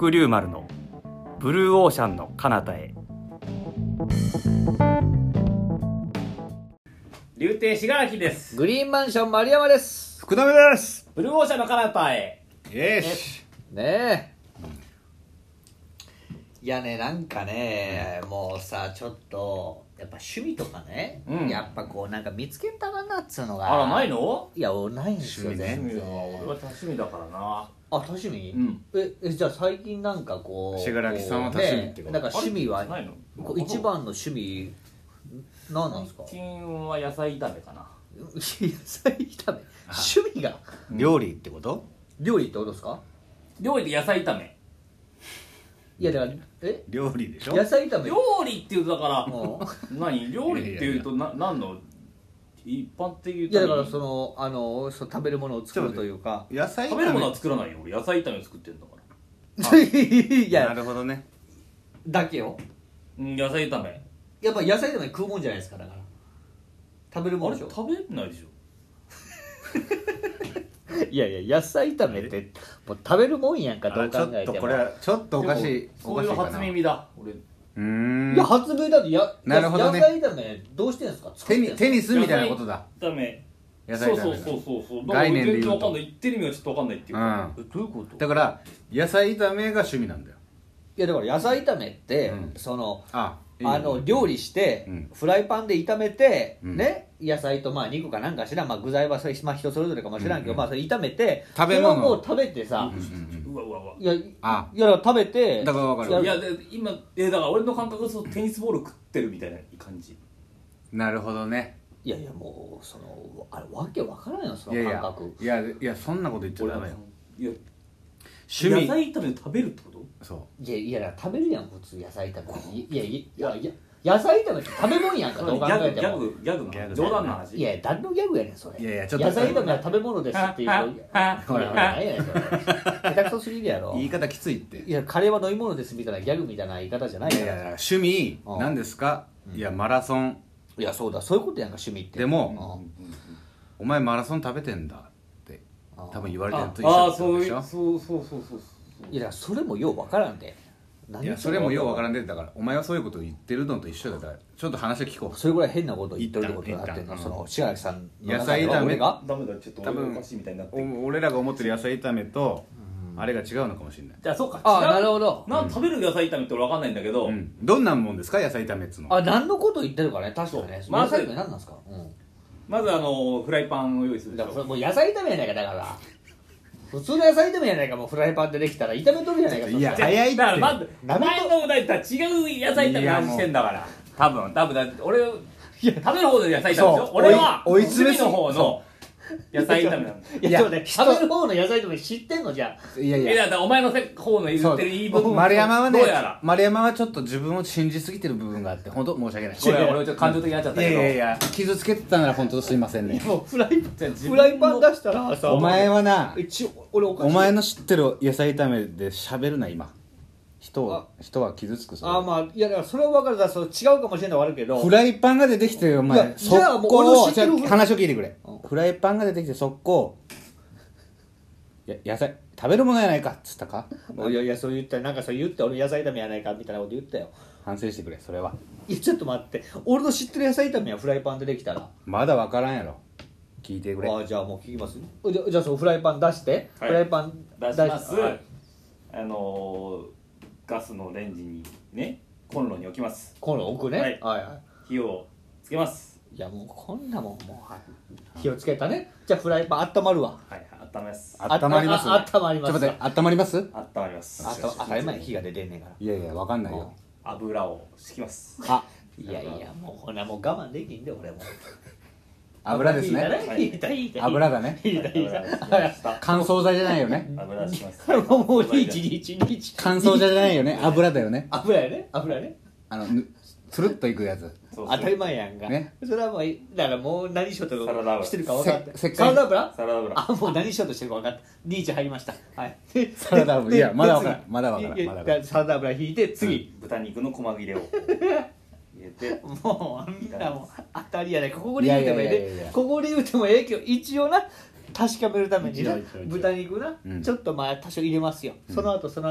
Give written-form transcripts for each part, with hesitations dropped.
黒龍丸のブルーオーシャンの彼方へ。竜亭信楽です。 グリーンマンション丸山です。 福留です。 ブルーオーシャンの彼方へ。 よしねえ、いやね、なんかね、もうさ、ちょっとやっぱ趣味とかね、やっぱこうなんか見つけたらなっつうのが。 あら、ないの？ いや、俺ないんですよ。 趣味ね全然。 俺は多趣味だからな。 あ、多趣味？ うんじゃあ最近なんかこう信楽さんは多趣味ってこと？ ね、なんか趣味はないの？ 一番の趣味何なんですか？ 最近は野菜炒めかな。 野菜炒め。趣味が料理ってこと？ 料理ってことですか？ 料理で野菜炒め。 いやだから料理でしょ？ 野菜炒め。 料理っていうとだから何？料理っていうと何の一般的に？ いやだからその食べるものを作るというか。 野菜炒め食べるものは作らないよ。俺野菜炒めを作ってるんだから。 いなやるほどね。 だけよ。 野菜炒め。 やっぱ野菜炒め食うもんじゃないですか。だから食べるもあれんでしょ。 食べないでしょ。 いやいや、野菜炒めってもう食べるもんやんか。どうちょ考えても。 っとこれはちょっとおかしい。 そういう初耳だ俺。 いや発明だってなるほどね野菜炒めどうしてんですか？ テニスみたいなことだ。 炒め。 野菜炒めそう概念で言うと全然わかんない。言ってる意味はちょっとわかんないっていうか。 どういうこと？ だから野菜炒めが趣味なんだよ。 いやだから野菜炒めってうん料理してうんフライパンで炒めてうんね、野菜とまあ肉かなんかしら、まあ具材はそれまあ人それぞれかもしれんけど、まあそれ炒めて食べ物それをもう食べてさ、 うわうわうわ。 いやあいやだから食べてだから分かるいやで今だから俺の感覚そうテニスボール食ってるみたいな感じ。 なるほどね。 いやいやもうあれわけわからんよそいやいやの感覚。 いやそんなこと言っちゃダメよ。 いや趣味野菜炒めを食べるってこと？ そいやだから食べるやん普通野菜炒め。いや野菜炒めって食べ物やんかどう考えても。 ギャグの冗談の話。 いや誰のギャグやねんそれ。 いやいやちょっと野菜炒めは食べ物ですっていうとほら何やねんそれ。下手くそすぎるやろ。 う言い方きついって。 いやカレーは飲み物ですみたいなギャグみたいな言い方じゃないから。 いやいや趣味うん何ですか？いやマラソン。 いやそうだそういうことやんか趣味って。 でもうんお前マラソン食べてんだって多分言われてると一ああ緒でしょ。 そういやだからそれもようわからんで。 いやそれもようわからんでだからお前はそういうことを言ってるのと一緒だからちょっと話を聞こう。 それぐらい変なこと言ってるってことになってんの。 一旦その志垣さんの野菜炒め俺がダメだちょっと多分おかしいみたいになってる。 俺らが思ってる野菜炒めとあれが違うのかもしれない。 じゃあそうか。 あ違うなるほど。 食べる野菜炒めって俺わかんないんだけど、 どんなもんですか野菜炒めっつうの？ あ何のこと言ってるかね確かにね。 そう野菜炒め何なんですか？ まずフライパンを用意するでしょ。 だからもう野菜炒めやないかだから普通の野菜炒めやないかもうフライパンでできたら炒めとるやないか。 いやそしたら早いってだからまずおなめと前の大体違う野菜炒めの話してんだから多分だって俺食べる方の野菜炒めでしそうょ。俺は追い詰めすぎ趣味の方の野菜炒めなんだよ。 いやちょっとね食べる方の野菜炒め知ってんのじゃあ。 いやいやだからお前の方の言ってる言い分丸山はねどうやら丸山はちょっと自分を信じすぎてる部分があって本当申し訳ない。 これ俺ちょっと感情的になっちゃったいやけど。 いやいや傷つけてたなら本当すいませんね。 もうフライ自分のフライパン出したらさお前はな一応俺おかしい。 お前の知ってる野菜炒めで喋るな今。人は傷つくそれ。 まあいやだからそれは分かるからそう違うかもしれない悪いけどフライパンが出てきておいや前じゃあもう俺の知ってるじゃあ話を聞いてくれうんフライパンが出てきて速攻野菜食べるものやないかっつったかいやいやそう言ったなんかそう言って俺野菜炒めやないかみたいなこと言ったよ。 反省してくれそれはいやちょっと待って俺の知ってる野菜炒めはフライパンでできたらまだ分からんやろ聞いてくれじゃあもう聞きますじゃあそのフライパン出して、 はいフライパン出します、 はいガスのレンジにねコンロに置きます。 コンロ置くね、 はいは火をつけます。 いやもうこんなもんもう、はい、火をつけたね。じゃあフライパン温まるわ。 はい温めます温まります温まりますちょっと待って温まります温まります当たり前に火が出てんねんからいやいや分かんないよ油を敷きます。 いやいやもうほなもう我慢できんで俺も油ですね引いた油だね引いた乾燥剤じゃないよね油敷きます。 もうリーチリーチリーチ乾燥剤じゃないよね油だよね油やね油ねつるっといくやつそう当たり前やんか、 ねそれはもうだからもう何しようとサラダ油してるか分かってせっかいサラダ油サラダ油もう何しようとしてるか分かったリーチ入りましたはいサラダ油いやまだ分からん次まだ分からんいやまだ分からんサラダ油引いて次、 豚肉の細切れを入れてもうあんなもん当たりやないここで言うてもえいやいやいやいやえでここで言うてもええけど一応な確かめるためにな一応豚肉な、 うんちょっとまあ多少入れますよ、その後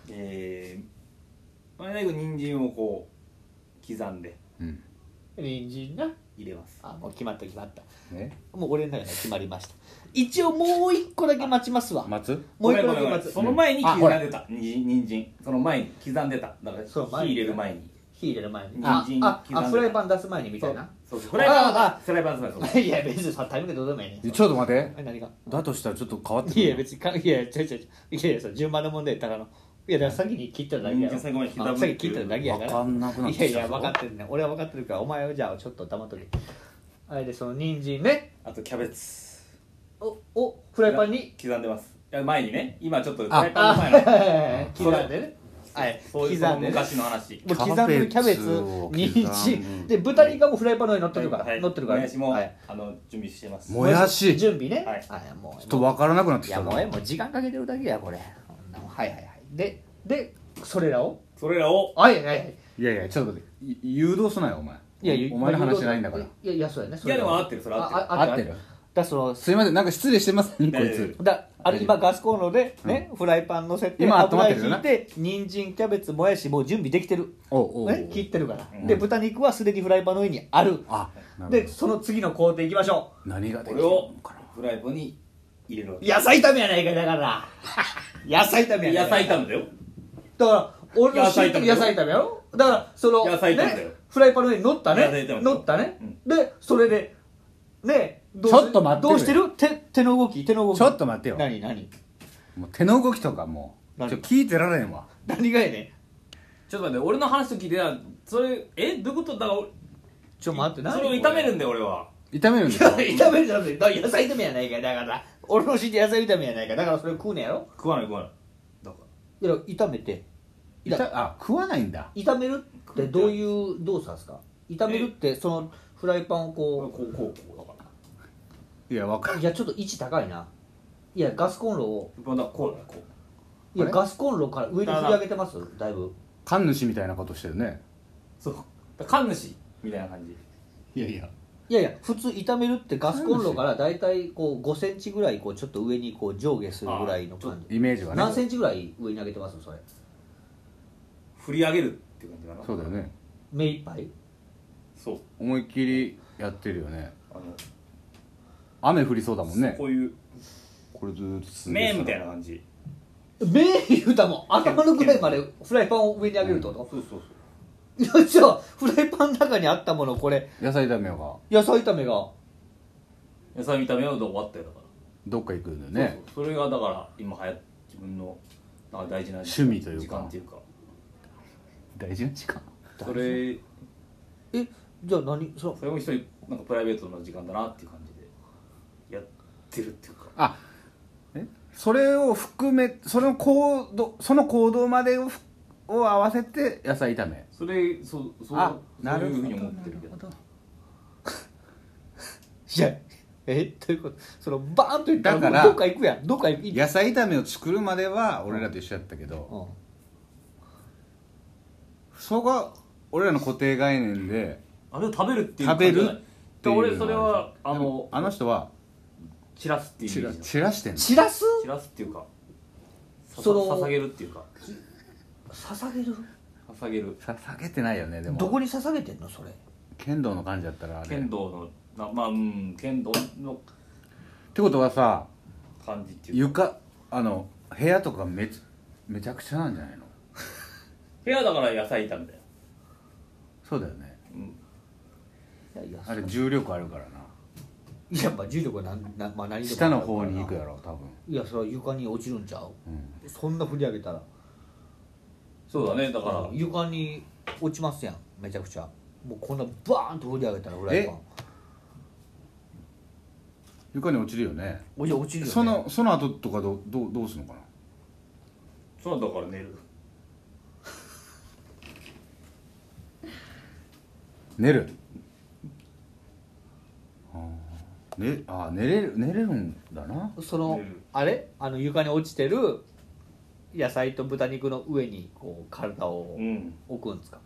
最後人参をこう刻んで人参な入れます。 もう決まったね、 もう俺の中で決まりました。一応もう一個だけ待ちますわ。 待つ？ もう一個だけ待つ。 その前に刻んでた人参、その前に刻んでた。だから火入れる前に人参フライパン出す前にみたいな。 そうフライパン出す前に。 いや別にさタイミングどうでもいいね。 ちょっと待って。 何が？ だとしたらちょっと変わってくる。 いや別にいや順番の問題だからいやだから先に切っただけやろ。先に切っただけやから。 分かんなくなってきた。 いや分かってるね。俺は分かってるからお前はじゃあちょっと黙っとけ。あれでその人参ね。 あとキャベツ。 フライパンに刻んでます。前にね、今ちょっとフライパンの前の刻んでね。はい、 そういう昔の話。 もう刻んでキャベツ、人参で豚肉がもうフライパンの上に乗ってるから、乗ってるから。 もやしも準備してます。 もやし準備ね。 はい。 もうちょっと分からなくなってきた。 いやもう時間かけてるだけやこれ。はいでそれらをはいいやちょっと待って誘導すなよお前。いやお前の話じゃないんだから。 いやそうやね。 いやでも合ってるそれ合ってる。 すいませんなんか失礼してますねこいつ。 今ガスコンロでねフライパン乗せて油引いて人参キャベツもやしもう準備できてる。切ってるから。で豚肉はすでにフライパンの上にある。でその次の工程いきましょう。何ができるのかな。フライパンに入れるわけ。 野菜炒めやないかだから。野菜炒めや。 野菜炒めだよ。 だから俺の知ってる野菜炒めやろ。だからその野菜炒めだよ。 フライパンの上に乗ったね。でそれでね。 ちょっと待ってどうしてる手の動きちょっと待ってよ。 何もう手の動きとかもう聞いてられんわ。 何がやねん。 ちょっと待って俺の話と聞いてそれどういうことだからちょ待ってそれを炒めるんだよ俺は。 炒めるんですよ。 炒めるじゃなくて野菜炒めやないかだから俺の知って野菜炒めやないかだからそれ食うねやろ。 食わないだから炒めて食わないんだ。 炒めるってどういう動作ですか。炒めるってそのフライパンをこうだから。 いや分かる。 いやちょっと位置高いな。いやガスコンロをいやガスコンロから上に振り上げてますだいぶ。 神主みたいなことしてるね。 そう神主みたいな感じ。 いや普通炒めるってガスコンロからだいたいこう5センチぐらいこうちょっと上にこう上下するぐらいの感じ。 イメージはね。 何センチぐらい上に上げてますそれ。 振り上げるっていう感じかな。 そうだよね。 目いっぱい。 そう思いっきりやってるよね。雨降りそうだもんね。 こういうこれずっと目みたいな感じ。 目言うたもん頭のぐらいまでフライパンを上に上げるってこと。 そういやじゃあフライパンの中にあったものこれ野菜炒めが野菜炒めは終わったよだからどっか行くんだよね。 それがだから今自分の大事な趣味というか時間っていうか大事な時間。 それじゃあ何それも一人なんかプライベートの時間だなっていう感じでやってるっていうか。 それを含めその行動までを合わせて野菜炒め。 そういうふうに思ってるけど。 いやということそのバーンと言っただかららどっか行くやんどっか行く。 野菜炒めを作るまでは俺らと一緒やったけど、そこが俺らの固定概念であれを食べるっていう食べるっていう。 俺それはあの人は散らすっていう散らしてんの。 散らすっていうか捧げるっていうか捧げる捧げてないよね。でもどこに捧げてんのそれ。 剣道の感じだったらあれ剣道の剣道のってことはさ感じっていうか部屋とかめちゃくちゃなんじゃないの。 部屋だから野菜炒めだよ。 そうだよね。 いやあれ重力あるからな。 やっぱ重力は何でも下の方に行くやろ多分。 いやそれは床に落ちるんちゃう、そんな振り上げたら。 そうだねだから床に落ちますやんめちゃくちゃ。もうこんなバーンと振り上げたらフライパン床に落ちるよね。 落ちるよね。 その後とかどうするのかな。 そうだから寝る。 寝る。寝れるんだな。 あれ床に落ちてる野菜と豚肉の上にこう体を置くんですか。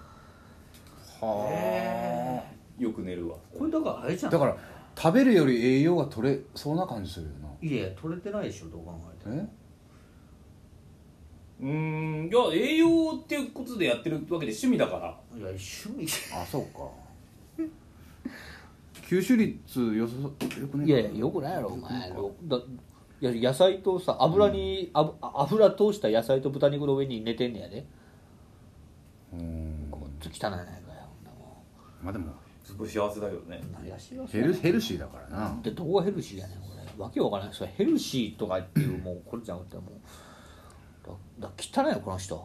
はあ。よく寝るわ。 これだからあれじゃん。 だから食べるより栄養が取れそうな感じするよな。 いや取れてないでしょどう考えても。 いや栄養っていうことでやってるわけで趣味だから。 いや趣味あ、そうか。吸収率よくね。 いやいやよくないやろお前。いや野菜とさ油通した野菜と豚肉の上に寝てんねやで。こっち汚いやないかよ。 まあでもすごい幸せだけどね。 ヘルシーだからな。 でどこがヘルシーやねんこれ。わけわからない。それヘルシーとかっていうもうこれじゃなくてもう汚いよこの人。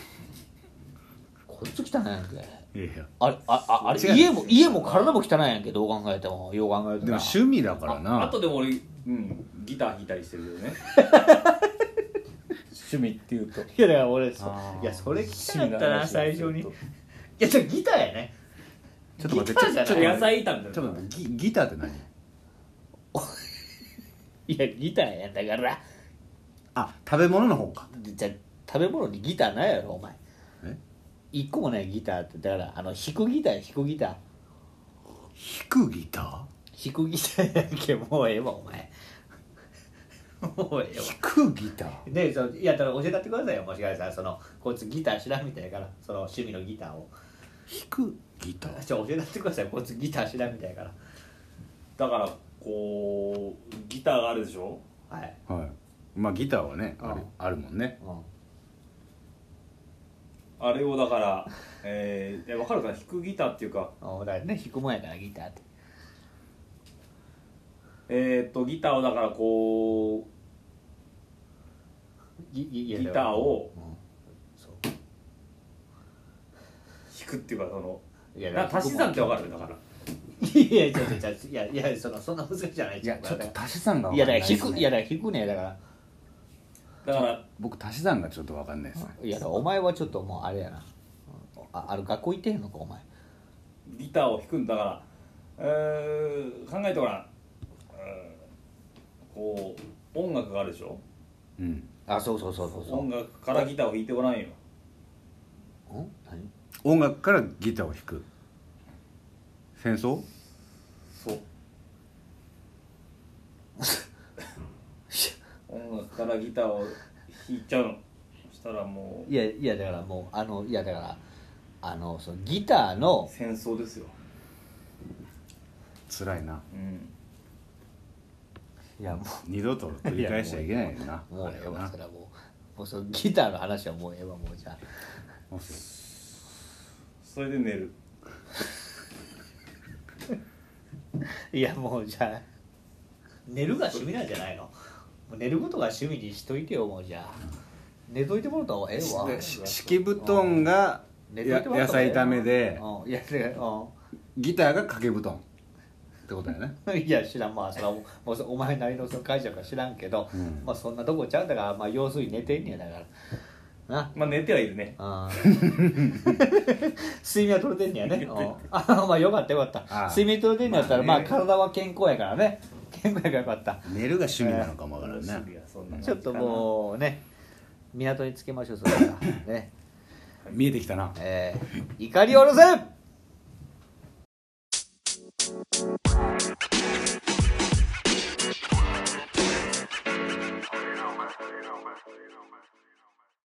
こいつ汚いやんけ。 いやいやあれ家も体も汚いやんけ。どう考えてもよう考えても。 でも趣味だからな。 あとでも俺、ギター弾いたりしてるけどね。趣味っていうと。 いやだから俺いやそれ聞きたかったな最初に。いやちょっとギターやね。 ちょっと待って、 ちょっと野菜炒めだ。 ちょっと待って、ギターって何？ いやギターやんだから。 あ、食べ物の方か。 じゃ食べ物にギターないやろお前。 え？ 一個もないギターってだから弾くギター弾くギター。 弾くギター？ 弾くギターやんけ。もうええわお前。もうええわ。 弾くギター？ でいやだから教えてってくださいよ。もしかしたらこいつギター知らんみたいやからその趣味のギターを。 弾くギター？ 教えてってください。こいつギター知らんみたいやから。 だからこうギターがあるでしょ。 はい。 はい。まあギターはねあるもんね。 あれをだから分かるかな。弾くギターっていうか。 だからね弾くもんやからギターって。 ギターをだからこうギターを弾くっていうか足し算って分かるだから。 いやそんな難しいじゃない。 いやちょっと足し算が分いやかんないですね。 だから弾くねだから僕足し算がちょっと分かんないですね。 いやお前はちょっともうあれやな。ある学校行ってへんのかお前。 ギターを弾くんだから考えてごらん。こう音楽があるでしょ。 そう音楽からギターを弾いてごらんよ。 何？ 音楽からギターを弾く。戦争？ そう。音楽からギターを弾いちゃうの。そしたらもういやだからもういやだからそのギターの戦争ですよ。 辛いな。 いやもう二度と繰り返しちゃいけないよな。 もうええわそれはもうそのギターの話はもうええわもうじゃあ。 それで寝る。 いやもうじゃあ寝るが趣味なんじゃないの。もう寝ることが趣味にしといてよもうじゃあ。寝といてもらった方がええわ。 敷布団が野菜炒めでギターが掛け布団ってことだよね。 いや知らん。まあそれはもうお前なりのその解釈は知らんけど、まあそんなとこちゃうんだからまあ要するに寝てんねやだからな。 まあ寝てはいるね。 睡眠は取れてんねやね。まあよかったよかった。睡眠取れてんねやったらまあ体は健康やからね。健康やからよかった。 寝るが趣味なのかもわからんね。 ちょっともうね港につけましょうそれからね。 見えてきたな。 怒りを下ろせ。